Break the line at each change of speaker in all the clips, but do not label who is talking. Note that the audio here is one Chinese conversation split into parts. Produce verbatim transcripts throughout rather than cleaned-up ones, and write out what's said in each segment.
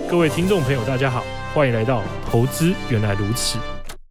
各位听众朋友，大家好，欢迎来到投资原来如此。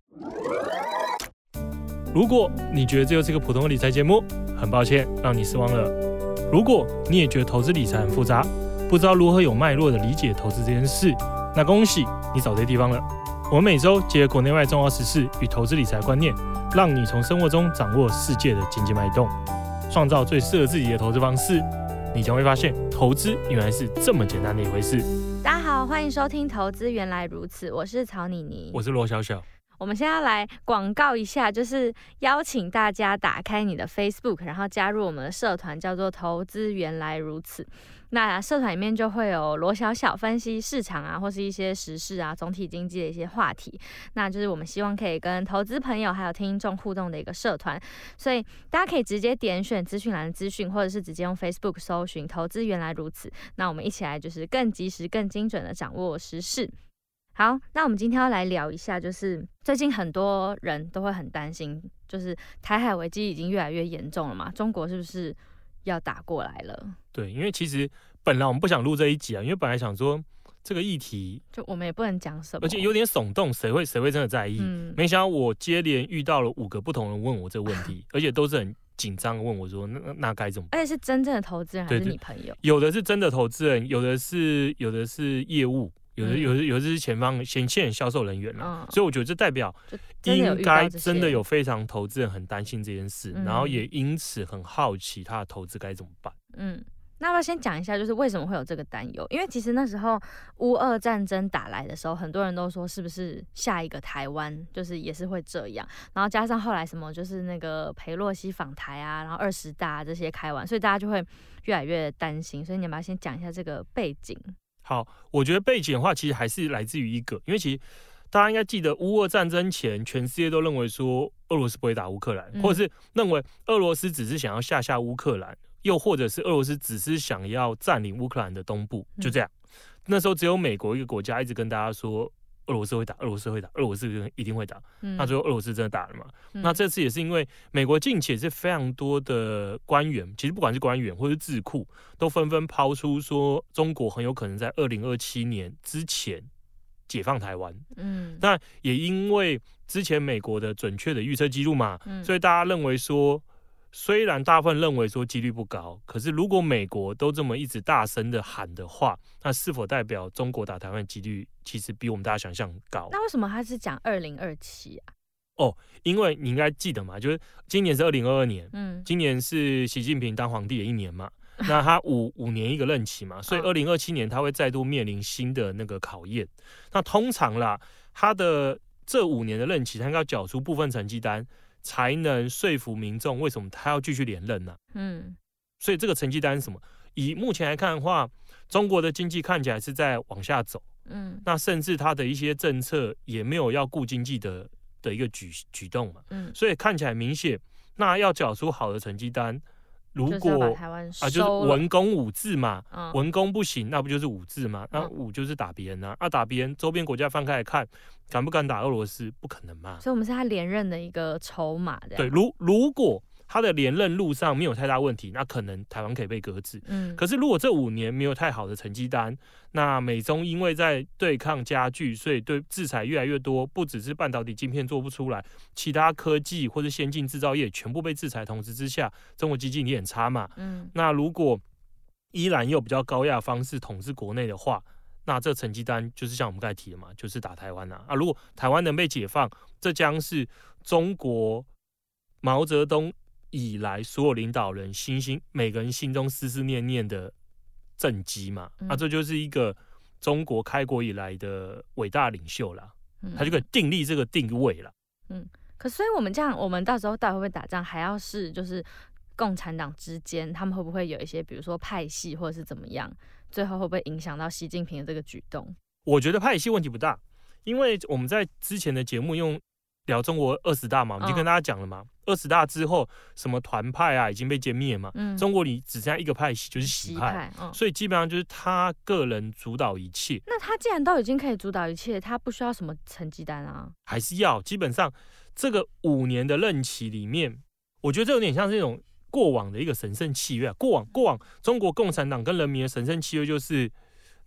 如果你觉得这就是一个普通的理财节目，很抱歉让你失望了。如果你也觉得投资理财很复杂，不知道如何有脉络的理解投资这件事，那恭喜你找对地方了。我们每周结合国内外重要时事与投资理财观念，让你从生活中掌握世界的经济脉动，创造最适合自己的投资方式。你将会发现，投资原来是这么简单的一回事。
大家好，欢迎收听《投资原来如此》，我是曹妮妮，
我是罗小小。
我们现在来广告一下，就是邀请大家打开你的 Facebook， 然后加入我们的社团，叫做“投资原来如此”。那社团里面就会有罗小小分析市场啊，或是一些时事啊、总体经济的一些话题。那就是我们希望可以跟投资朋友还有听众互动的一个社团，所以大家可以直接点选资讯栏的资讯，或者是直接用 Facebook 搜寻“投资原来如此”。那我们一起来就是更及时、更精准的掌握时事。好，那我们今天要来聊一下，就是最近很多人都会很担心，就是台海危机已经越来越严重了嘛，中国是不是要打过来了？
对，因为其实本来我们不想录这一集啊，因为本来想说这个议题，
就我们也不能讲什么，
而且有点耸动，谁会谁会真的在意？嗯，没想到我接连遇到了五个不同人问我这个问题，而且都是很紧张的问我说，那那该怎么办？
而且是真正的投资人还是你朋友？
有的是真的投资人，有的是有的是业务。有的有的有的是前方前线销售人员啦、嗯，所以我觉得这代表应该真的有非常投资人很担心这件事，嗯、然后也因此很好奇他的投资该怎么办。
嗯，那要不要先讲一下，就是为什么会有这个担忧？因为其实那时候乌俄战争打来的时候，很多人都说是不是下一个台湾就是也是会这样，然后加上后来什么就是那个裴洛西访台啊，然后二十大这些开完，所以大家就会越来越担心。所以你要不要先讲一下这个背景？
好，我觉得背景的话，其实还是来自于一个，因为其实大家应该记得，乌俄战争前，全世界都认为说俄罗斯不会打乌克兰，嗯、或者是认为俄罗斯只是想要下下乌克兰，又或者是俄罗斯只是想要占领乌克兰的东部，就这样。嗯、那时候只有美国一个国家一直跟大家说，俄罗斯会打，俄罗斯会打，俄罗斯一定会打。嗯、那最后俄罗斯真的打了嘛？嗯、那这次也是因为美国近期也是非常多的官员，其实不管是官员或是智库，都纷纷抛出说，中国很有可能在二零二七年之前解放台湾。嗯，那也因为之前美国的准确的预测记录嘛，嗯、所以大家认为说，虽然大部分认为说几率不高，可是如果美国都这么一直大声的喊的话，那是否代表中国打台湾的几率其实比我们大家想象高？
那为什么他是讲二零二七啊？
哦，因为你应该记得嘛，就是今年是二零二二年，嗯，今年是习近平当皇帝的一年嘛，那他五五年一个任期嘛，所以二零二七年他会再度面临新的那个考验。那通常啦，他的这五年的任期，他应该要缴出部分成绩单，才能说服民众为什么他要继续连任呢、啊？嗯，所以这个成绩单是什么？以目前来看的话，中国的经济看起来是在往下走，嗯，那甚至他的一些政策也没有要顾经济的的一个举举动嘛，嗯，所以看起来明显，那要缴出好的成绩单，如果啊就是文攻武治嘛，嗯、文攻不行，那不就是武治嘛？那武就是打别人啊，啊打别人，周边国家翻开来看，敢不敢打俄罗斯？不可能嘛。
所以我们是他连任的一个筹码。
对，如如果他的连任路上没有太大问题，那可能台湾可以被搁置。嗯，可是如果这五年没有太好的成绩单，那美中因为在对抗加剧，所以对制裁越来越多，不只是半导体晶片做不出来，其他科技或是先进制造业全部被制裁，同时之下，中国经济也很差嘛。嗯，那如果依然用比较高压的方式统治国内的话，那这成绩单就是像我们刚才提的嘛，就是打台湾啊。啊，如果台湾能被解放，这将是中国毛泽东以来所有领导人心心每个人心中思思念念的政绩嘛，嗯、啊，这就是一个中国开国以来的伟大领袖啦，嗯、他就可以订立这个定位啦。
嗯，可所以我们这样，我们到时候到底会不会打仗，还要是就是共产党之间，他们会不会有一些，比如说派系或者是怎么样，最后会不会影响到习近平的这个举动？
我觉得派系问题不大，因为我们在之前的节目用聊中国二十大嘛，我们就跟大家讲了嘛，二十、嗯、大之后什么团派啊已经被歼灭嘛，嗯、中国里只剩下一个派系就是习派，习派嗯、所以基本上就是他个人主导一切。
那他既然都已经可以主导一切，他不需要什么成绩单啊？
还是要？基本上这个五年的任期里面，我觉得这有点像是一种过往的一个神圣契约啊。过往过往中国共产党跟人民的神圣契约就是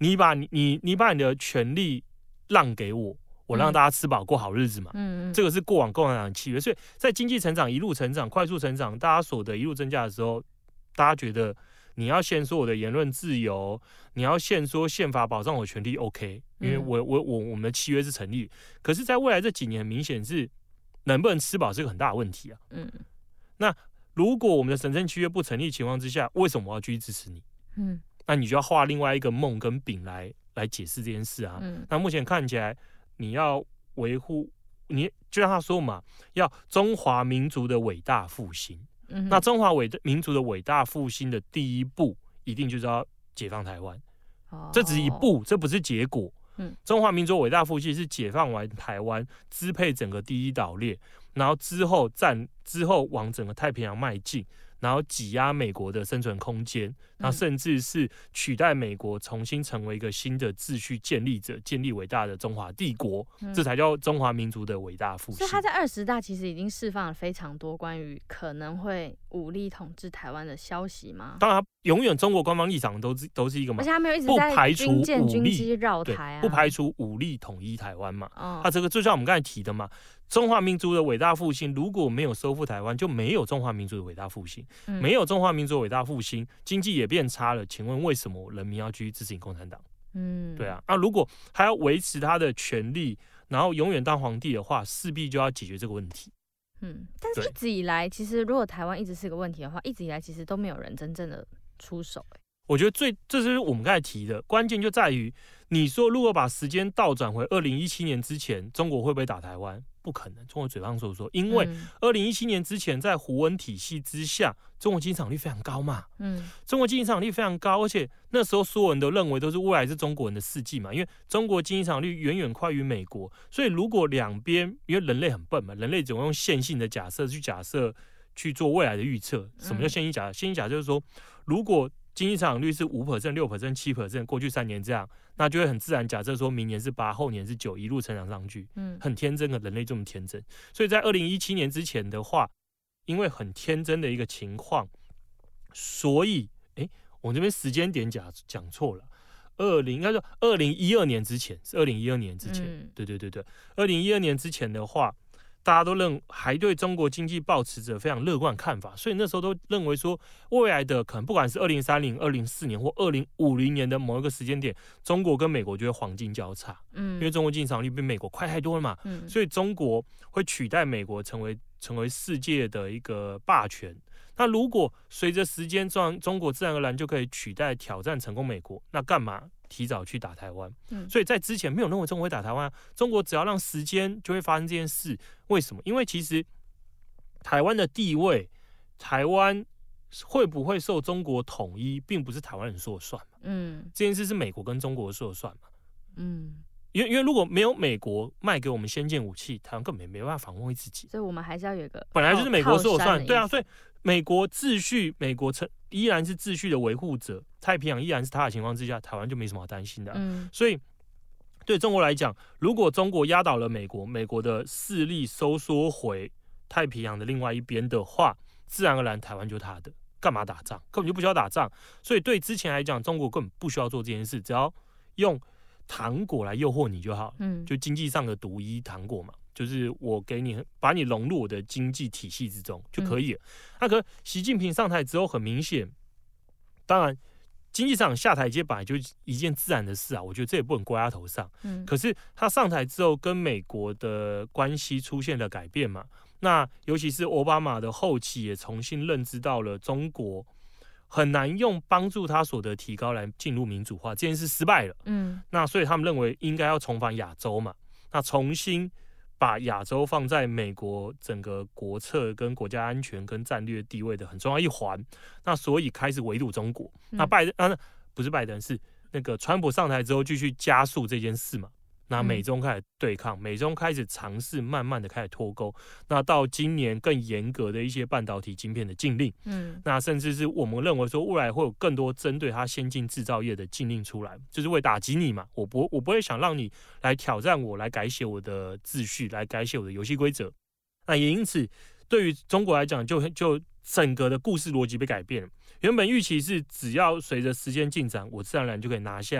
你把你你你把你的权利让给我，我让大家吃饱过好日子嘛。
嗯嗯，
这个是过往共产党的契约，所以在经济成长一路成长、快速成长，大家所得一路增加的时候，大家觉得你要限缩我的言论自由，你要限缩宪法保障我权利 ，OK， 因为我我我我们的契约是成立。可是，在未来这几年，很明显是能不能吃饱是个很大的问题啊。嗯，那如果我们的神圣契约不成立情况之下，为什么我要继续支持你？嗯。那你就要画另外一个梦跟饼来来解释这件事啊。嗯、那目前看起来，你要维护，你就像他说嘛，要中华民族的伟大复兴。嗯、那中华伟民族的伟大复兴的第一步，一定就是要解放台湾。哦、这只是一步，这不是结果。嗯、中华民族伟大复兴是解放完台湾，支配整个第一岛链，然后之后战之后往整个太平洋迈进。然后挤压美国的生存空间，然后甚至是取代美国，重新成为一个新的秩序建立者，建立伟大的中华帝国，嗯、这才叫中华民族的伟大复兴。
所以他在二十大其实已经释放了非常多关于可能会武力统治台湾的消息吗？
当然，永远中国官方立场都是都是一个嘛，
而且他没有一直在军舰军机绕台啊，
不排除武力统一台湾嘛。哦、啊，这个就像我们刚才提的嘛。中华民族的伟大复兴，如果没有收复台湾，就没有中华民族的伟大复兴。嗯、没有中华民族的伟大复兴，经济也变差了。请问为什么人民要继续支持共产党？嗯，对啊。那、啊、如果还要维持他的权利，然后永远当皇帝的话，势必就要解决这个问题。
嗯，但是一直以来，其实如果台湾一直是个问题的话，一直以来其实都没有人真正的出手、欸。
我觉得最这是我们刚才提的关键，就在于你说如果把时间倒转回二零一七年之前，中国会不会打台湾？不可能，中国嘴上说说，因为二零一七年之前在胡温体系之下，中国经济产率非常高嘛，嗯，中国经济产率非常高，而且那时候所有人都认为都是未来是中国人的世纪嘛，因为中国经济产率远远快于美国，所以如果两边，因为人类很笨嘛，人类只会用线性的假设去假设去做未来的预测。什么叫线性假设？线性假设就是说，如果经济成长率是百分之五、百分之六、百分之七，过去三年这样，那就会很自然假设说明年是八，后年是九，一路成长上去。嗯，很天真的，人类这么天真。所以在二零一七年之前的话，因为很天真的一个情况，所以，哎，我这边时间点讲讲错了。二零应该说二零一二年之前是二零一二年之前，嗯、对对对对，二零一二年之前的话。大家都认还对中国经济抱持着非常乐观的看法，所以那时候都认为说，未来的可能不管是二零三零、二零四年或二零五零年的某一个时间点，中国跟美国就会黄金交叉，嗯，因为中国经济成长率比美国快太多了嘛，嗯，所以中国会取代美国成为成为世界的一个霸权。那如果随着时间，中中国自然而然就可以取代挑战成功美国，那干嘛提早去打台湾？嗯、所以在之前没有认为中国会打台湾、啊，中国只要让时间就会发生这件事。为什么？因为其实台湾的地位，台湾会不会受中国统一，并不是台湾人说了算嘛。嗯，这件事是美国跟中国说了算嘛。嗯。因为因为如果没有美国卖给我们先进武器，台湾根本没办法防卫自己。
所以我们还是要有一个
本来就是美国说了算，对啊，所以美国秩序，美国成依然是秩序的维护者，太平洋依然是他的情况之下，台湾就没什么好担心的、啊。嗯，所以对中国来讲，如果中国压倒了美国，美国的势力收缩回太平洋的另外一边的话，自然而然台湾就他的，干嘛打仗？根本就不需要打仗。所以对之前来讲，中国根本不需要做这件事，只要用糖果来诱惑你就好，嗯，就经济上的独一糖果嘛，就是我给你把你融入我的经济体系之中就可以了。嗯、那可习近平上台之后，很明显，当然经济上下台阶本来就一件自然的事啊，我觉得这也不能怪他头上。嗯，可是他上台之后，跟美国的关系出现了改变嘛，那尤其是奥巴马的后期也重新认知到了中国很难用帮助他所得提高来进入民主化，这件事失败了。嗯，那所以他们认为应该要重返亚洲嘛，那重新把亚洲放在美国整个国策跟国家安全跟战略地位的很重要一环。那所以开始围堵中国。嗯、那拜登啊，不是拜登，是那个川普上台之后继续加速这件事嘛。那美中开始对抗，美中开始尝试慢慢的开始脱钩，那到今年更严格的一些半导体晶片的禁令，嗯，那甚至是我们认为说未来会有更多针对它先进制造业的禁令出来，就是为打击你嘛，我不我不会想让你来挑战我，来改写我的秩序，来改写我的游戏规则。那也因此，对于中国来讲，就就整个的故事逻辑被改变了。原本预期是只要随着时间进展，我自然而然就可以拿下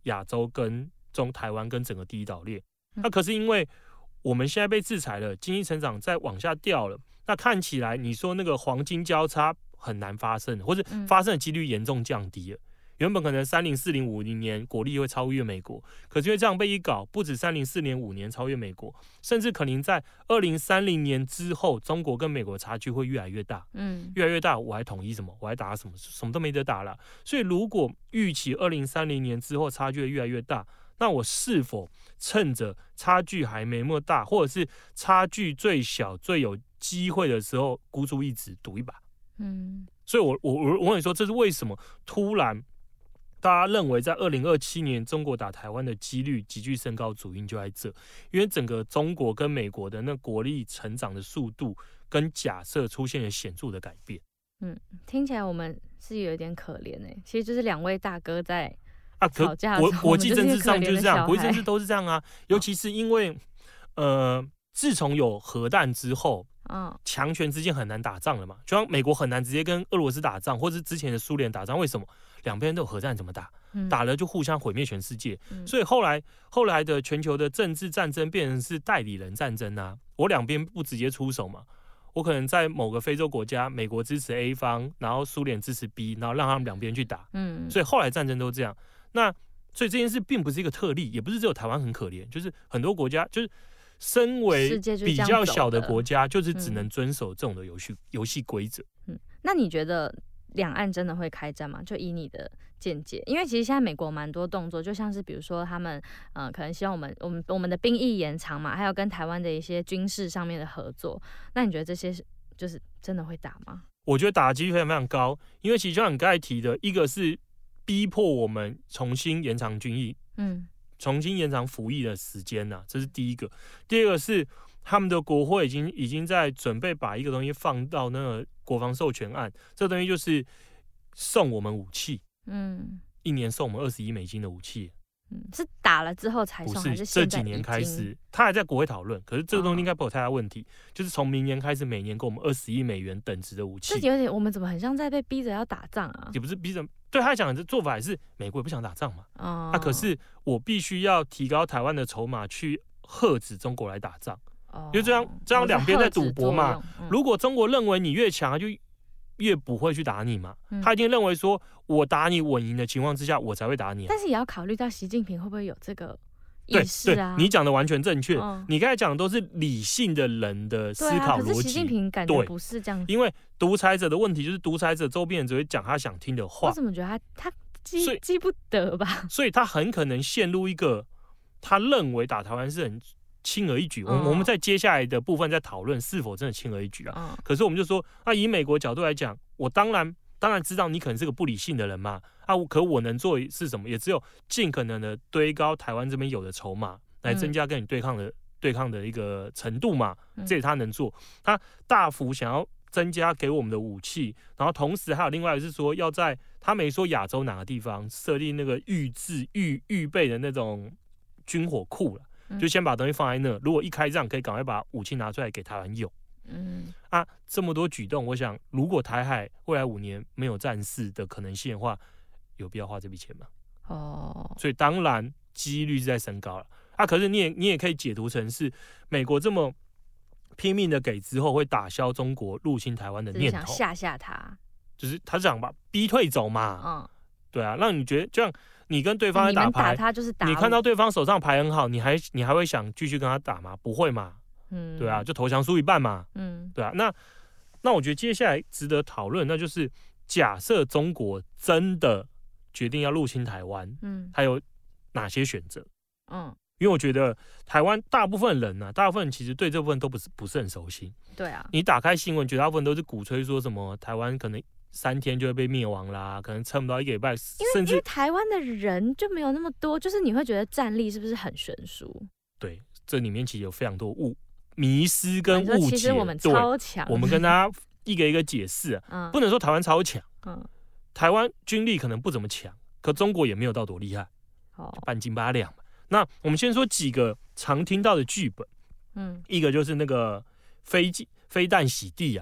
亚洲跟中台湾跟整个第一岛链。那可是因为我们现在被制裁了，经济成长再往下掉了，那看起来你说那个黄金交叉很难发生，或者发生的几率严重降低了。原本可能三零、四零、五零年国力会超越美国，可是因为这样被一搞，不止三零、四零、五年超越美国，甚至可能在二零三零年之后，中国跟美国的差距会越来越大。嗯，越来越大，我还统一什么？我还打什么？什么都没得打了。所以如果预期二零三零年之后差距越来越大，那我是否趁着差距还没那么大，或者是差距最小、最有机会的时候，孤注一掷赌一把？嗯，所以我我我我跟你说，这是为什么突然大家认为在二零二七年中国打台湾的几率急剧升高，主因就在这，因为整个中国跟美国的那国力成长的速度跟假设出现了显著的改变。
嗯，听起来我们是有点可怜哎、欸，其实就是两位大哥在。
啊，可国国际政治上就是这样，国际政治都是这样啊。尤其是因为，呃，自从有核弹之后，嗯，强权之间很难打仗了嘛。就像美国很难直接跟俄罗斯打仗，或是之前的苏联打仗，为什么？两边都有核弹，怎么打？嗯、打了就互相毁灭全世界。嗯、所以后来后来的全球的政治战争变成是代理人战争啊。我两边不直接出手嘛。我可能在某个非洲国家，美国支持 A 方，然后苏联支持 B， 然后让他们两边去打。嗯，所以后来战争都这样。那所以这件事并不是一个特例，也不是只有台湾很可怜，就是很多国家，就是身为比较小的国家，就是只能遵守这种的游戏游戏规则。
嗯，那你觉得两岸真的会开战吗？就以你的见解，因为其实现在美国蛮多动作，就像是比如说他们呃可能希望我们我们我们的兵役延长嘛，还有跟台湾的一些军事上面的合作。那你觉得这些就是真的会打吗？
我觉得打的几率非常非常高，因为其实就像你刚才提的，一个是逼迫我们重新延长军役，嗯，重新延长服役的时间呐、啊，这是第一个。第二个是他们的国会已经已经在准备把一个东西放到那个国防授权案，这个东西就是送我们武器，嗯，一年送我们二十亿美金的武器。
嗯，是打了之后才送，还是
这几年开始？他还在国会讨论，可是这个东西应该不有太大问题。哦、就是从明年开始，每年给我们二十亿美元等值的武器。
这有点，我们怎么很像在被逼着要打仗啊？
也不是逼着，对他讲的做法也是美国也不想打仗嘛。哦，啊，可是我必须要提高台湾的筹码去遏止中国来打仗。哦，因为这样这样两边在赌博嘛。嗯、如果中国认为你越强，就越不会去打你嘛。嗯、他一定认为说，我打你稳赢的情况之下，我才会打你、啊。
但是也要考虑到习近平会不会有这个意识啊？
对对，你讲的完全正确。哦、你刚才讲的都是理性的人的思考逻辑。
对啊，可是习近平感觉不是这样。
因为独裁者的问题就是独裁者周边人只会讲他想听的话。
我怎么觉得他他记记不得吧？
所以他很可能陷入一个他认为打台湾是很轻而易举。嗯、我们在接下来的部分在讨论是否真的轻而易举啊。嗯、可是我们就说，那以美国角度来讲，我当然。当然知道你可能是个不理性的人嘛，啊，可我能做的是什么？也只有尽可能的堆高台湾这边有的筹码，来增加跟你对抗的、嗯、对抗的一个程度嘛。这也他能做，他大幅想要增加给我们的武器，然后同时还有另外是说要在他没说亚洲哪个地方设立那个预制预预备的那种军火库了，嗯、就先把东西放在那，如果一开战可以赶快把武器拿出来给台湾用。嗯啊，这么多举动，我想，如果台海未来五年没有战事的可能性的话，有必要花这笔钱吗？哦，所以当然几率是在升高了啊。可是你也你也可以解读成是美国这么拼命的给之后，会打消中国入侵台湾的念头，
想吓吓他，
就是他想把逼退走嘛。嗯，对啊，让你觉得就像你跟对方在打牌，
你打他就是打我，
你看到对方手上牌很好，你还你还会想继续跟他打吗？不会嘛。嗯，对啊，就投降输一半嘛。嗯，对啊，那那我觉得接下来值得讨论，那就是假设中国真的决定要入侵台湾，嗯，还有哪些选择？嗯，因为我觉得台湾大部分人呢、啊，大部分人其实对这部分都不是不是很熟悉。
对啊，
你打开新闻，绝大部分都是鼓吹说什么台湾可能三天就会被灭亡啦，可能撑不到一个礼拜，甚至
因为台湾的人就没有那么多，就是你会觉得战力是不是很悬殊？
对，这里面其实有非常多误。迷思跟误解，
其实我们超强。
我们跟大家一个一个解释、啊嗯，不能说台湾超强，嗯，台湾军力可能不怎么强，可中国也没有到多厉害，哦，半斤八两嘛。那我们先说几个常听到的剧本，嗯，一个就是那个飞机飞弹洗地啊，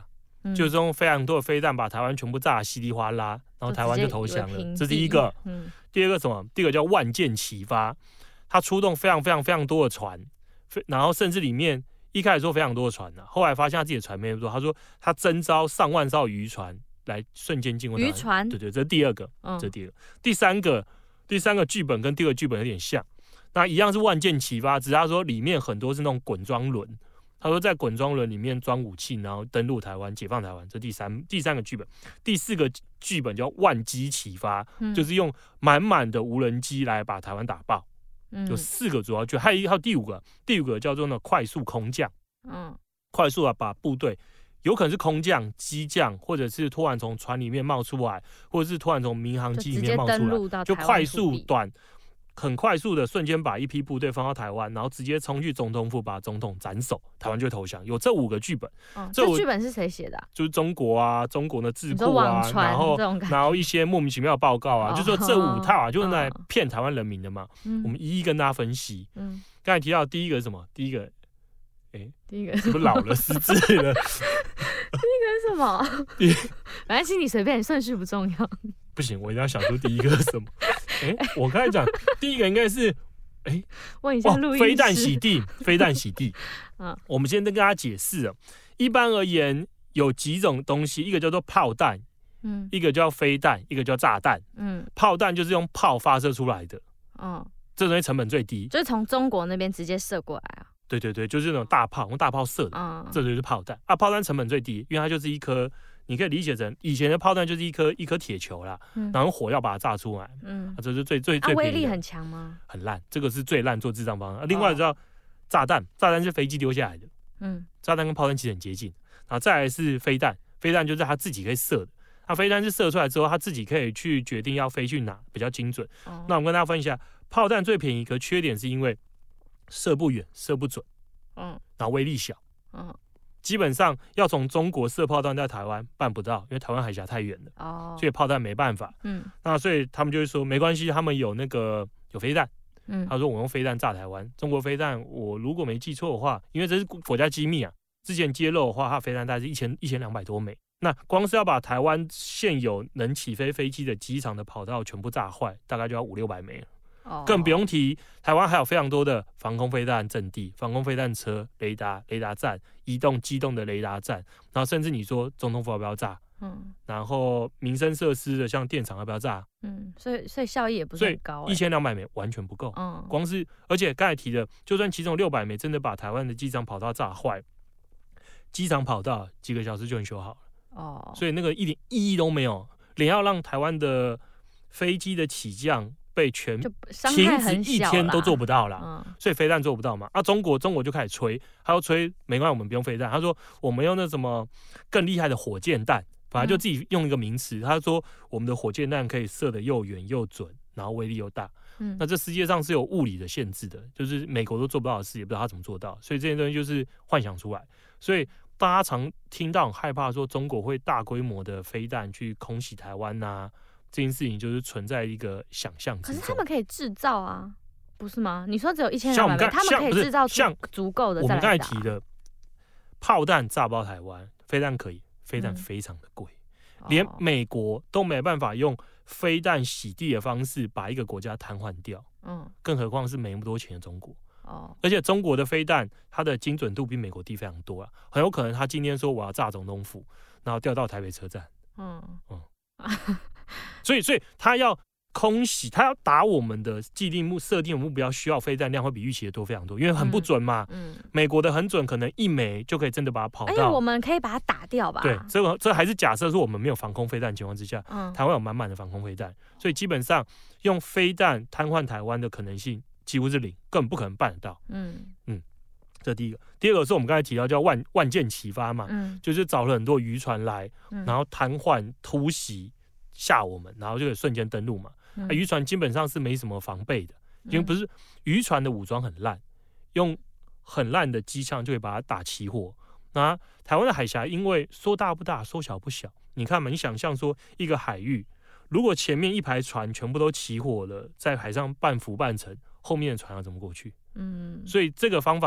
嗯、
就是用非常多的飞弹把台湾全部炸得稀里哗啦，然后台湾就投降了。这是第一个。嗯、第二个什么？第二个叫万箭齐发，他出动非常非常非常多的船，然后甚至里面一开始说非常多的船呢、啊，后来发现他自己的船没那么多，他说他征召上万艘渔船来瞬间进入台湾。
渔船？
对对，这是第二个。嗯、这是第二个。第三个，第三个剧本跟第二个剧本有点像。那一样是万箭齐发，只是他说里面很多是那种滚装轮，他说在滚装轮里面装武器，然后登陆台湾，解放台湾。这第三第三个剧本，第四个剧本叫万机齐发，嗯、就是用满满的无人机来把台湾打爆。嗯、有四个主要剧，还有一还有第五个，第五个叫做呢快速空降，嗯，快速啊把部队有可能是空降、机降，或者是突然从船里面冒出来，或者是突然从民航机里面冒出来，就快速短。很快速的瞬间把一批部队放到台湾，然后直接冲去总统府把总统斩首，台湾就会投降。有这五个剧本。
嗯、这剧本是谁写的、啊？
就是中国啊，中国的智库啊，然后然后一些莫名其妙的报告啊，哦、就说这五套啊，就是来骗台湾人民的嘛。嗯、我们一一跟大家分析。嗯，刚才提到第一个是什么？第一个，哎、欸，
第一个
是不是老了失智了？
第一个是什么？反正心里随便，顺序不重要。
不行，我一定要想出第一个是什么。哎、欸，我刚才讲第一个应该是，哎、欸，
问一下录音师，
飞弹洗地，飞弹洗地。嗯，我们先跟大家解释啊。一般而言，有几种东西，一个叫做炮弹，嗯，一个叫飞弹，一个叫炸弹。嗯，炮弹就是用炮发射出来的，嗯，这东西成本最低，
就是从中国那边直接射过来啊。
对对对，就是那种大炮，用大炮射的，嗯，这就是炮弹啊。炮弹成本最低，因为它就是一颗。你可以理解成以前的炮弹就是一颗一颗铁球啦，嗯、然后用火药把它炸出来，嗯，啊、这是最最最便宜的。
威力很强吗？
很烂，这个是最烂做智障方案。啊、另外知道炸弹，炸弹是飞机丢下来的，嗯，炸弹跟炮弹其实很接近。然后再来是飞弹，飞弹就是它自己可以射的。那、啊、飞弹是射出来之后，它自己可以去决定要飞去哪比较精准。哦、那我们跟大家分析一下，炮弹最便宜，可缺点是因为射不远、射不准，嗯，然后威力小，嗯。基本上要从中国射炮弹在台湾办不到，因为台湾海峡太远了，哦，所以炮弹没办法。嗯，那所以他们就会说没关系，他们有那个有飞弹。嗯，他说我用飞弹炸台湾，中国飞弹我如果没记错的话，因为这是国家机密啊，之前揭露的话，它飞弹大概是一千一千两百多枚。那光是要把台湾现有能起飞飞机的机场的跑道全部炸坏，大概就要五六百枚了。更不用提，台湾还有非常多的防空飞弹阵地、防空飞弹车、雷达、雷达站、移动机动的雷达站，然后甚至你说总统府要不要炸？嗯，然后民生设施的像电厂要不要炸？
嗯，所以所以效益也不是很高、欸，
一千两百枚完全不够。嗯，光是而且刚才提的，就算其中六百枚真的把台湾的机场跑道炸坏，机场跑道几个小时就能修好了。哦，所以那个一点意义都没有，连要让台湾的飞机的起降。被全停止一天都做不到啦，嗯、所以飞弹做不到嘛。啊，中国中国就开始吹，他说吹没关系，我们不用飞弹。他说我们用那什么更厉害的火箭弹，本来就自己用一个名词。嗯、他说我们的火箭弹可以射得又远又准，然后威力又大。嗯、那这世界上是有物理的限制的，就是美国都做不到的事，也不知道他怎么做到。所以这些东西就是幻想出来。所以大家常听到很害怕说中国会大规模的飞弹去空袭台湾啊。这件事情就是存在一个想象之中，
可是他们可以制造啊，不是吗？你说只有一千两百枚，他们可以制造出足够的再来打。
我们刚才提的炮弹炸不到台湾，飞弹可以，飞弹非常的贵，嗯、连美国都没办法用飞弹洗地的方式把一个国家瘫痪掉，嗯，更何况是没那么多钱的中国。哦，而且中国的飞弹，它的精准度比美国低非常多啊，很有可能他今天说我要炸总统府，然后调到台北车站，嗯嗯。所以，所以他要空袭，他要打我们的既定目设定的目标，需要飞弹量会比预期的多非常多，因为很不准嘛。嗯，嗯美国的很准，可能一枚就可以真的把它跑到。
哎，我们可以把它打掉吧？
对，这个这还是假设说我们没有防空飞弹的情况之下，嗯，台湾有满满的防空飞弹，所以基本上用飞弹瘫痪台湾的可能性几乎是零，根本不可能办得到。嗯嗯。这第一个，第二个是我们刚才提到叫万万箭齐发嘛，嗯、就是找了很多渔船来，嗯、然后瘫痪、突袭吓我们，然后就可以瞬间登陆嘛。嗯啊、渔船基本上是没什么防备的，因为不是渔船的武装很烂，用很烂的机枪就可以把它打起火。那台湾的海峡因为说大不大，说小不小，你看嘛，你想象说一个海域，如果前面一排船全部都起火了，在海上半浮半沉，后面的船要怎么过去？嗯，所以这个方法。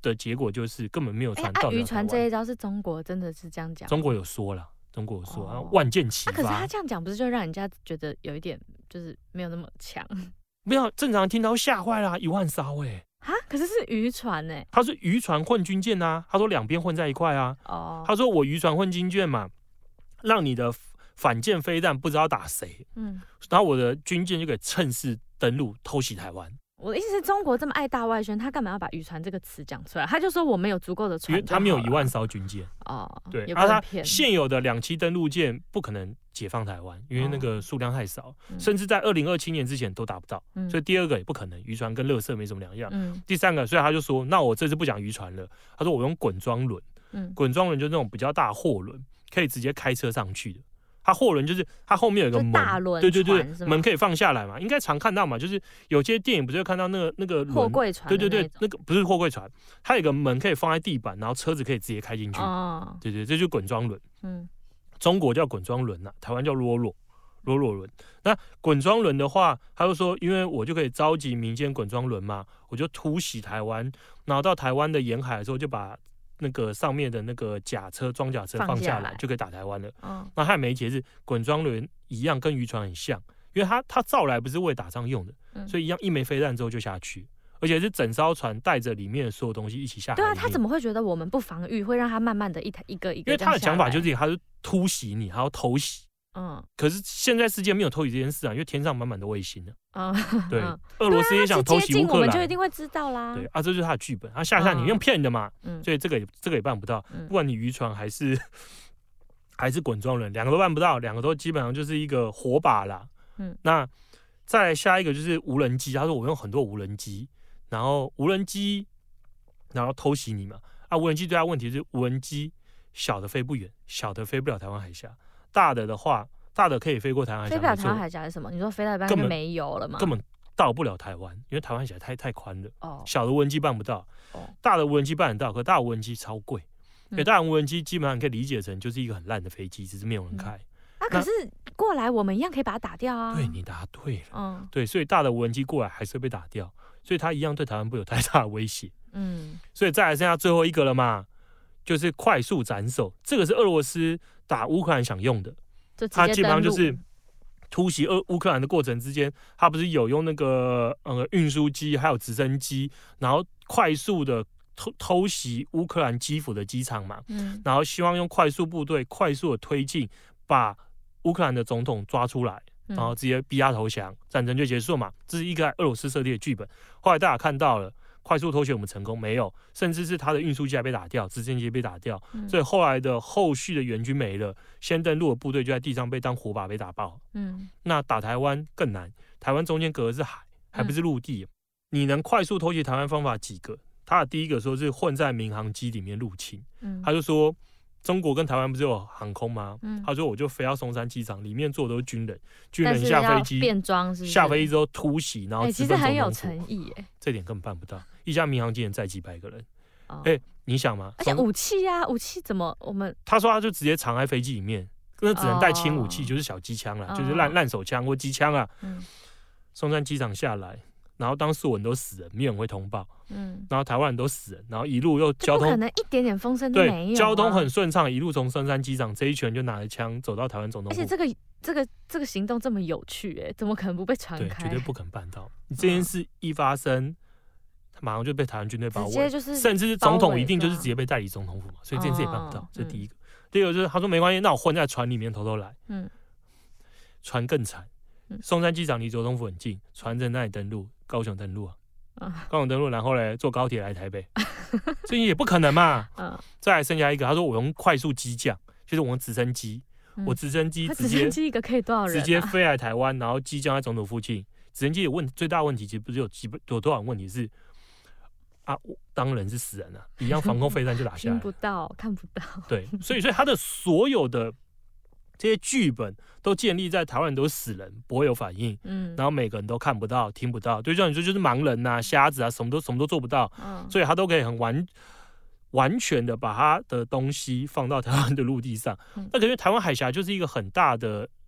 的结果就是根本没有船到、
欸啊、渔船这一招是中国真的是这样讲？
中国有说了，中国有说、
哦、
万箭齐发、啊。
可是他这样讲，不是就让人家觉得有一点就是没有那么强？
没有，正常听到吓坏了，一万艘哎、欸。
啊，可是是渔船哎、欸。
他是渔船混军舰啊，他说两边混在一块啊。哦。他说我渔船混军舰嘛，让你的反舰飞弹不知道打谁，嗯，然后我的军舰就可以趁势登陆偷袭台湾。
我的意思是，中国这么爱大外宣，他干嘛要把渔船这个词讲出来？他就说我们有足够的船，因为
他没有一万艘军舰哦，对，而、啊、他现有的两栖登陆舰不可能解放台湾，因为那个数量太少，嗯、甚至在二零二七年之前都达不到，嗯、所以第二个也不可能，渔船跟垃圾没什么两样。嗯、第三个，所以他就说，那我这次不讲渔船了，他说我用滚装轮，嗯、滚装轮就是那种比较大货轮，可以直接开车上去的。它货轮就是它后面有一个门，
大轮
对对对，门可以放下来嘛，应该常看到嘛，就是有些电影不是会看到那个那个
货柜船，
对对对，那个不是货柜船，它有一个门可以放在地板，然后车子可以直接开进去，哦、对对，这就是滚装轮，嗯，中国叫滚装轮呐，台湾叫啰啰啰啰轮。那滚装轮的话，他就说，因为我就可以召集民间滚装轮嘛，我就突袭台湾，然后到台湾的沿海的时候就把那个上面的那个甲车装甲车放下来，就可以打台湾了。嗯，那它的媒介是滚装轮一样，跟渔船很像，因为它它造来不是为打仗用的，嗯、所以一样一枚飞弹之后就下去，而且是整艘船带着里面的所有东西一起下海。
对啊，他怎么会觉得我们不防御，会让他慢慢的一一个一个？
因为他的讲法就是他是突袭你，还要偷袭。嗯，可是现在世界没有偷袭这件事啊，因为天上满满的卫星呢。嗯，对，嗯、俄罗斯也想偷袭乌克兰，
我们就一定会知道啦。
对啊，这就是他的剧本，他下下你用骗的嘛，嗯、所以这个也这个也办不到。嗯、不管你渔船还是还是滚装人，两个都办不到，两个都基本上就是一个火把啦。嗯，那再来下一个就是无人机，他说我用很多无人机，然后无人机然后偷袭你嘛。啊，无人机最大问题是无人机小的飞不远，小的飞不了台湾海峡。大的的话，大的可以飞过台湾海峡，
飞不了台湾海峡是什么？你说飞到一半就没有了吗？
根本到不了台湾，因为台湾海峡太太宽了。哦，小的无人机办不到，哦、大的无人机办得到，可大的无人机超贵。所以大的无人机基本上可以理解成就是一个很烂的飞机，只是没有人开。
嗯、啊，可是过来我们一样可以把它打掉啊。
对，你答对了。嗯，对，所以大的无人机过来还是会被打掉，所以它一样对台湾不会有太大的威胁。嗯，所以再来剩下最后一个了嘛。就是快速斩首，这个是俄罗斯打乌克兰想用的，他基本上就是突袭俄乌克兰的过程之间，他不是有用那个呃运输机还有直升机，然后快速的偷偷袭乌克兰基辅的机场嘛，嗯，然后希望用快速部队快速的推进，把乌克兰的总统抓出来，然后直接逼他投降，战争就结束嘛。这是一个俄罗斯设定的剧本，后来大家看到了。快速偷袭我们成功没有，甚至是他的运输机还被打掉，直升机被打掉，嗯、所以后来的后续的援军没了，先登陆的部队就在地上被当火把被打爆。嗯，那打台湾更难，台湾中间隔的是海，还不是陆地。嗯、你能快速偷袭台湾方法几个？他的第一个说是混在民航机里面入侵，嗯、他就说中国跟台湾不是有航空吗？嗯、他说我就飞到松山机场，里面坐的都是军人，军人下飞机
变装是不是？
下飞机之后突袭，然后、欸、
其实很有诚意哎，
这点根本办不到。一架民航机能载几百个人，哎、哦欸，你想吗？
而且武器啊，武器怎么我们？
他说他就直接藏在飞机里面，那只能带轻武器，哦、就是小机枪啦，哦、就是烂烂手枪或机枪啊。嗯，松山机场下来，然后当所有人都死人，没有人会通报。嗯，然后台湾人都死人，然后一路又交通
不可能一点点风声都没有、啊，
对，交通很顺畅，一路从松山机场这一群人就拿着枪走到台湾总统府。
而且这个这个这个行动这么有趣、欸，哎，怎么可能不被传开？
对，绝对不可能办到。你这件事一发生。嗯马上就被台湾军队包围，甚至总统一定就是直接被带离总统府嘛，所以这件事也办不到。哦、这是第一个。嗯、第二个就是他说没关系，那我混在船里面偷偷来。嗯，船更惨。松山机场离总统府很近，船在那里登陆，高雄登陆啊，嗯、高雄登陆，然后嘞坐高铁来台北，这也不可能嘛。嗯、再来剩下一个，他说我用快速机降，就是我用直升机，嗯、我直升机直接
直升机一个可以多少人、啊？
直接飞来台湾，然后机降在总统附近。直升机有问最大问题，其实不是有几有多少问题是。啊，当然是死人了、啊，一样防空飞弹就打下来，
听不到，看不到。
对，所以所以他的所有的这些剧本都建立在台湾人都是死人，不会有反应，嗯，然后每个人都看不到、听不到，对，像你说就是盲人啊、瞎子啊，什么都什么都做不到，嗯，所以他都可以很完完全的把他的东西放到台湾的陆地上。嗯、那可是台湾海峡就是一个很大的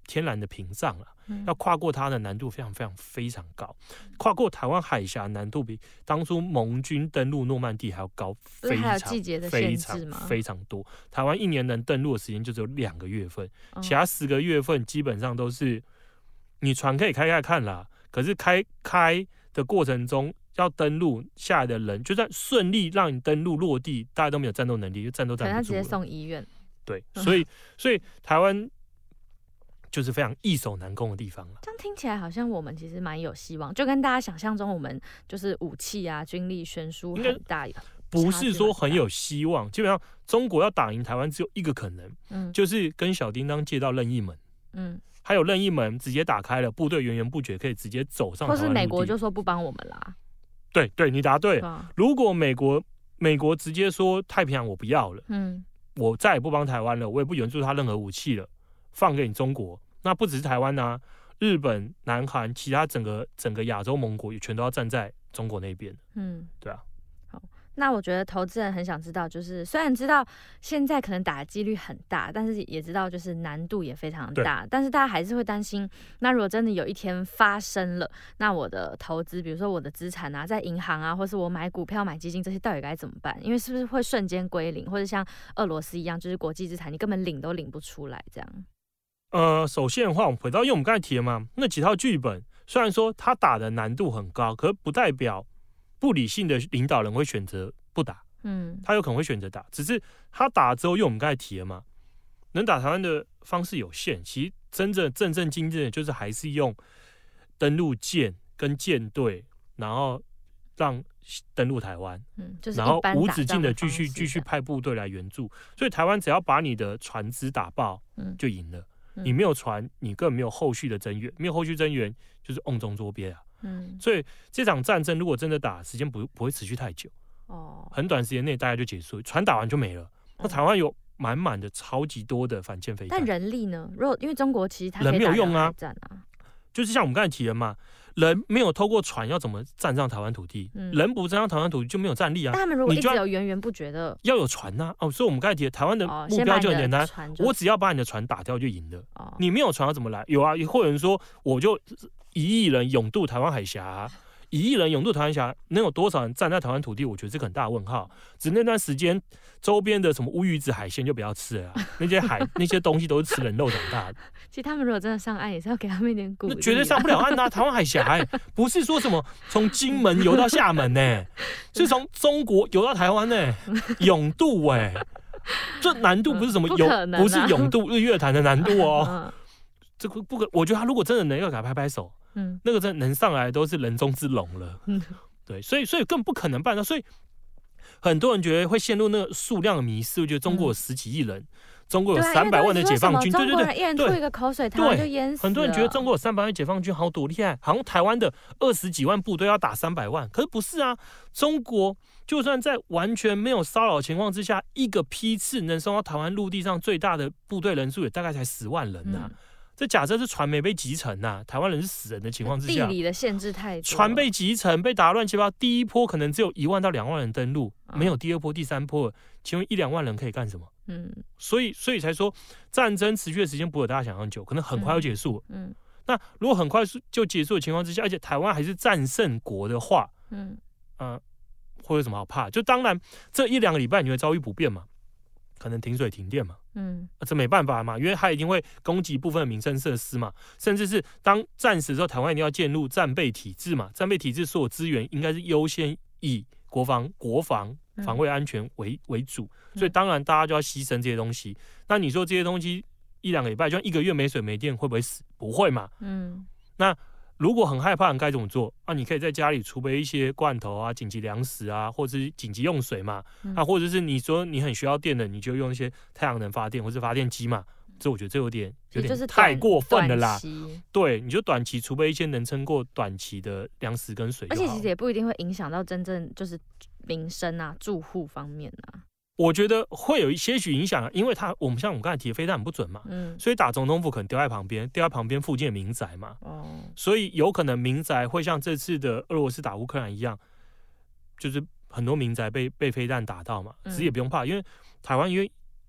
天然的屏障了，
嗯
要跨过它的难度非常非常非常高，跨过台湾海峡难度比当初盟军登陆诺曼底还要高，非常
还有季节的限制吗？
非常多。台湾一年能登陆的时间就只有两个月份，
嗯、
其他十个月份基本上都是你船可以开开看啦，可是开开的过程中。要登陆下来的人，就算顺利让你登陆落地，大家都没有战斗能力，就战斗站不住了。
可能他直接送医院。
对，所以所以台湾就是非常易守难攻的地方了。
这样听起来好像我们其实蛮有希望，就跟大家想象中我们就是武器啊、军力悬殊很大。
不是说很有希望，基本上中国要打赢台湾只有一个可能，嗯，就是跟小叮当借到任意门，嗯。还有任意门直接打开了，部队源源不绝，可以直接走上台湾陆地。
或是美国就说不帮我们啦。
对对，你答对了。啊、如果美国美国直接说太平洋我不要了，嗯，我再也不帮台湾了，我也不援助他任何武器了，放给你中国，那不只是台湾啊，日本、南韩，其他整个整个亚洲盟国也全都要站在中国那边。嗯，对啊。
那我觉得投资人很想知道，就是虽然知道现在可能打的几率很大，但是也知道就是难度也非常大，但是大家还是会担心，那如果真的有一天发生了，那我的投资，比如说我的资产啊，在银行啊，或是我买股票、买基金这些，到底该怎么办？因为是不是会瞬间归零，或者像俄罗斯一样，就是国际资产你根本领都领不出来这样？
呃，首先的话，我们回到，因为我们刚才提了嘛，那几套剧本虽然说它打的难度很高，可是不代表不理性的领导人会选择不打，嗯，他有可能会选择打，只是他打了之后，因为我们刚才提了嘛，能打台湾的方式有限，其实真正正正经正的就是还是用登陆舰跟舰队，然后让登陆台湾，嗯，就是然后无止境的继续继续派部队来援助，所以台湾只要把你的船只打爆，嗯，就赢了。嗯、你没有船，你根本没有后续的增援，没有后续增援就是瓮中捉鳖啊。嗯，所以这场战争如果真的打，时间不不会持续太久，哦，很短时间内大概就结束，船打完就没了。那台湾有满满的超级多的反舰飞弹，
但人力呢？如果因为中国其实它可以
人没有用啊，
啊
就是像我们刚才提的嘛，人没有透过船要怎么站上台湾土地？嗯、人不站上台湾土地就没有战力啊。
但他们如果一直有源源不绝的，
要有船呐、啊、哦，所以我们刚才提的台湾的目标就很简单，哦、我只要把你的船打掉就赢了。哦、你没有船要怎么来？有啊，会有人说我就一亿人涌渡台湾海峡、啊。一亿人涌渡台湾海峡，能有多少人站在台湾土地？我觉得这个很大的问号。只那段时间，周边的什么乌鱼子海鲜就不要吃了、啊，那些海那些东西都是吃人肉长大的。
其实他们如果真的上岸，也是要给他们一点鼓励。
那绝对上不了岸啊！台湾海峡、欸，不是说什么从金门游到厦门呢、欸，是从中国游到台湾呢、欸，涌渡哎、欸，这难度不是什么
泳、
嗯不，啊、不是涌渡日月潭的难度哦。
嗯、
这个不可，我觉得他如果真的能，要给他拍拍手。嗯，那个真能上来都是人中之龙了，嗯，对，所以所以更不可能办到，所以很多人觉得会陷入那个数量的迷思，我觉得中国有十几亿人，嗯、中国有三百万的解放军，对对对，
一人吐一个口水，台湾就淹死了。
很多人觉得中国有三百万解放军好多厉害，好像台湾的二十几万部队要打三百万，可是不是啊，中国就算在完全没有骚扰的情况之下，一个批次能送到台湾陆地上最大的部队人数也大概才十万人呐、啊。嗯，这假设是船没被击沉呐、啊，台湾人是死人的情况之下，
地理的限制太多，
船被击沉被打乱七八糟，第一波可能只有一万到两万人登陆，嗯、没有第二波、第三波，请问一两万人可以干什么？嗯，所以所以才说战争持续的时间不有大家想象久，可能很快就结束。嗯，嗯那如果很快就结束的情况之下，而且台湾还是战胜国的话，嗯呃，会有什么好怕？就当然这一两个礼拜你会遭遇不便嘛。可能停水停电嘛，嗯、啊，这没办法嘛，因为它一定会攻击部分的民生设施嘛，甚至是当战时的时候，台湾一定要建入战备体制嘛，战备体制所有资源应该是优先以国防、国防、防卫安全为为主，所以当然大家就要牺牲这些东西。那你说这些东西一两个礼拜，就一个月没水没电，会不会死？不会嘛，嗯，那。如果很害怕，你该怎么做啊？你可以在家里储备一些罐头啊、紧急粮食啊，或者是紧急用水嘛，嗯、啊，或者是你说你很需要电的，你就用一些太阳能发电或是发电机嘛。这我觉得这有点有点太过分了啦。对，你就短期储备一些能撑过短期的粮食跟水就好。
而且其实也不一定会影响到真正就是民生啊、住户方面啊。
我觉得会有一些许影响，因为它我们像我们刚才提的飞弹很不准嘛，嗯，所以打总统府可能丢在旁边，丢在旁边附近的民宅嘛，哦，所以有可能民宅会像这次的俄罗斯打乌克兰一样，就是很多民宅被被飞弹打到嘛，其实也不用怕，因为台湾因为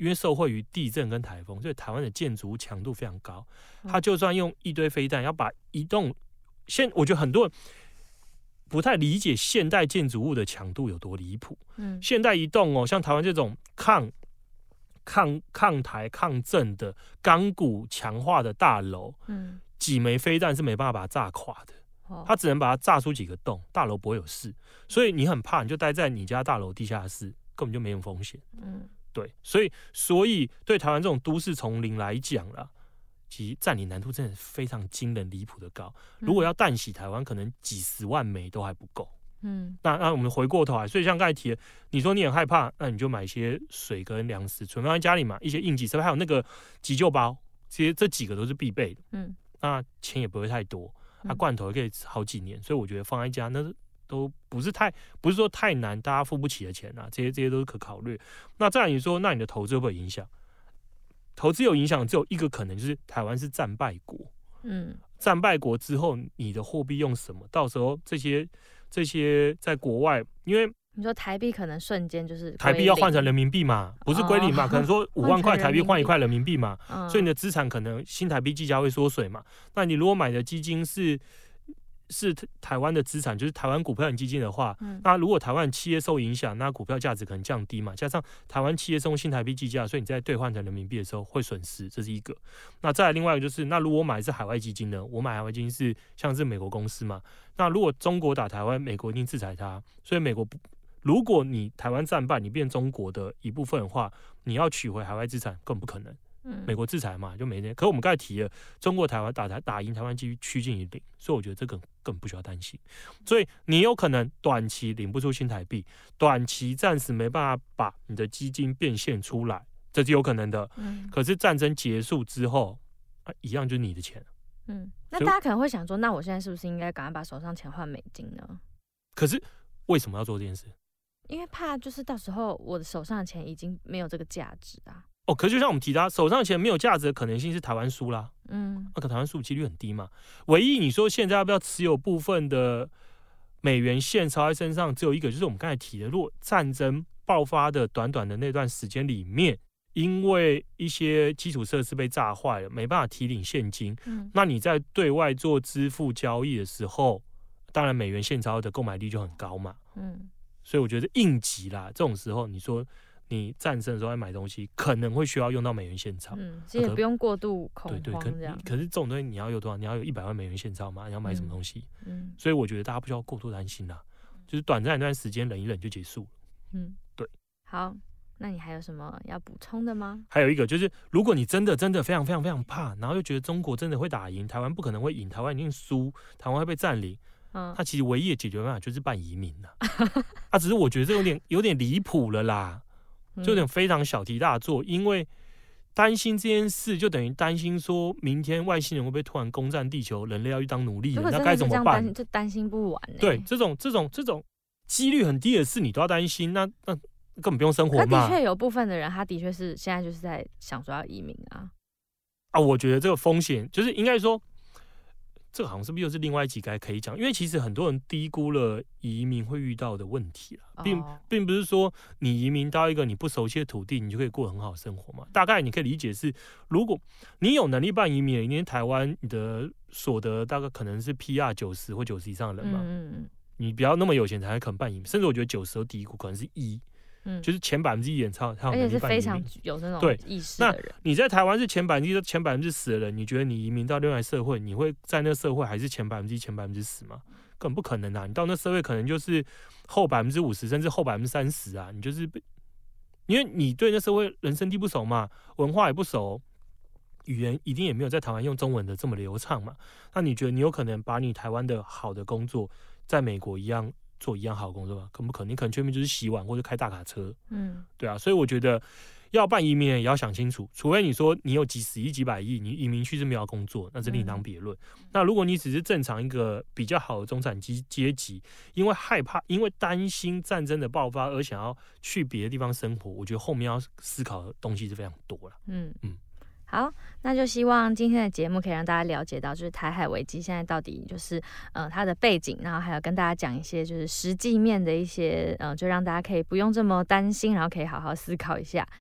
因为受惠于地震跟台风，所以台湾的建筑强度非常高。它就算用一堆飞弹，要把一栋现，我觉得很多人不太理解现代建筑物的强度有多离谱。嗯，现代一栋哦，像台湾这种抗抗抗台抗震的钢骨强化的大楼，嗯，几枚飞弹是没办法把它炸垮的。它只能把它炸出几个洞，大楼不会有事，所以你很怕，你就待在你家大楼地下室，根本就没有风险。嗯，对，所以所以对台湾这种都市丛林来讲啦，其实占领难度真的非常惊人、离谱的高。如果要淡洗台湾，可能几十万枚都还不够。嗯，那那我们回过头来，所以像刚才提的，你说你很害怕，那你就买一些水跟粮食存放在家里嘛，一些应急设备，还有那个急救包，其实这几个都是必备的。嗯，那钱也不会太多。它、啊、罐头也可以吃好几年，所以我觉得放在家那都不是太不是说太难，大家付不起的钱啊，这些这些都是可考虑。那再来你说，那你的投资会不会影响？投资有影响，只有一个可能，就是台湾是战败国。嗯，战败国之后，你的货币用什么？到时候这些这些在国外，因为
你说台币可能瞬间就是
台币要换成人民币嘛，不是归零嘛？哦、可能说五万块台币换一块人民币嘛，嗯、所以你的资产可能新台币计价会缩水嘛。那你如果买的基金是是台湾的资产，就是台湾股票型基金的话，嗯、那如果台湾企业受影响，那股票价值可能降低嘛。加上台湾企业是用新台币计价，所以你在兑换成人民币的时候会损失，这是一个。那再来另外一个就是，那如果我买的是海外基金呢？我买海外基金是像是美国公司嘛，那如果中国打台湾，美国一定制裁它，所以美国不。如果你台湾战败，你变中国的一部分的话，你要取回海外资产更不可能。嗯，美国制裁嘛，就没那。可是我们刚才提了，中国台湾打台打赢台湾几率趋近于零，所以我觉得这个更不需要担心。所以你有可能短期领不出新台币，短期暂时没办法把你的基金变现出来，这是有可能的。嗯，可是战争结束之后，啊，一样就是你的钱。
嗯，那大家可能会想说，那我现在是不是应该赶快把手上钱换美金呢？
可是为什么要做这件事？
因为怕就是到时候我的手上的钱已经没有这个价值啊。
哦，可是就像我们提到，手上的钱没有价值的可能性是台湾输啦。嗯，那、啊、可台湾输几率很低嘛。唯一你说现在要不要持有部分的美元现钞在身上，只有一个，就是我们刚才提的，如果战争爆发的短短的那段时间里面，因为一些基础设施被炸坏了，没办法提领现金，嗯，那你在对外做支付交易的时候，当然美元现钞的购买力就很高嘛。嗯。所以我觉得应急啦，这种时候你说你战争的时候要买东西，可能会需要用到美元现钞，
嗯，其实也不用过度恐慌
对对，
这样。
可是这种东西你要有多少？你要有一百万美元现钞嘛？你要买什么东西？嗯，所以我觉得大家不需要过度担心啦，就是短暂一段时间忍一忍就结束了。嗯，对。
好，那你还有什么要补充的吗？
还有一个就是，如果你真的真的非常非常非常怕，然后又觉得中国真的会打赢，台湾不可能会赢，台湾一定输，台湾会被占领。嗯，他其实唯一的解决办法就是办移民啦，啊，只是我觉得这有点有点离谱了啦，就有点非常小题大做，因为担心这件事，就等于担心说明天外星人会不会突然攻占地球，人类要去当奴隶了，那该怎么办？
就担心不完、欸。
对，这种这种这种几率很低的事，你都要担心，那那根本不用生活嘛。
的确有部分的人，他的确是现在就是在想说要移民啊。
啊，我觉得这个风险就是应该说。这个好像是不是又是另外一集该可以讲？因为其实很多人低估了移民会遇到的问题啦，并、oh. 并不是说你移民到一个你不熟悉的土地，你就可以过很好的生活嘛。大概你可以理解是，如果你有能力办移民，因为台湾你的所得大概可能是 P R 九十或九十以上的人嘛，嗯、你不要那么有钱才可能办移民，甚至我觉得九十都低估，可能是一。嗯，就是前百分之一点超，
而且是非常有那种意识的人。
那你在台湾是前百分之一、前百分之十的人，你觉得你移民到另外社会，你会在那个社会还是前百分之一、前百分之十吗？根本不可能啊！你到那社会可能就是后百分之五十，甚至后百分之三十啊！你就是因为你对那社会人生地不熟嘛，文化也不熟，语言一定也没有在台湾用中文的这么流畅嘛。那你觉得你有可能把你台湾的好的工作在美国一样？做一样好的工作吧，可不可能？你可能全面就是洗碗或者开大卡车，嗯，对啊，所以我觉得要办移民也要想清楚，除非你说你有几十亿、几百亿，你移民去是没有工作，那是另当别论。嗯、那如果你只是正常一个比较好的中产阶阶级，因为害怕、因为担心战争的爆发而想要去别的地方生活，我觉得后面要思考的东西是非常多了。嗯嗯。
好，那就希望今天的节目可以让大家了解到，就是台海危机现在到底就是呃它的背景，然后还有跟大家讲一些就是实际面的一些呃，就让大家可以不用这么担心，然后可以好好思考一下。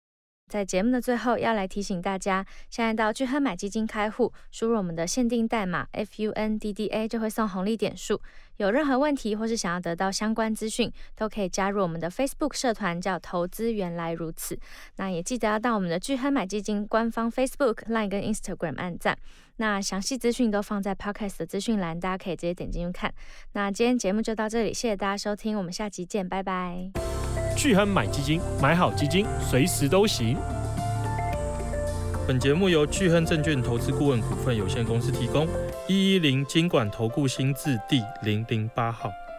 在节目的最后，要来提醒大家，现在到钜亨买基金开户，输入我们的限定代码 F U N D D A 就会送红利点数。有任何问题或是想要得到相关资讯，都可以加入我们的 Facebook 社团，叫投资原来如此。那也记得要到我们的钜亨买基金官方 Facebook、Line 跟 Instagram 按赞。那详细资讯都放在 Podcast 的资讯栏，大家可以直接点进去看。那今天节目就到这里，谢谢大家收听，我们下集见，拜拜。
钜亨买基金，买好基金，随时都行。本节目由钜亨证券投资顾问股份有限公司提供，一一零金管投顾新字第零零八号。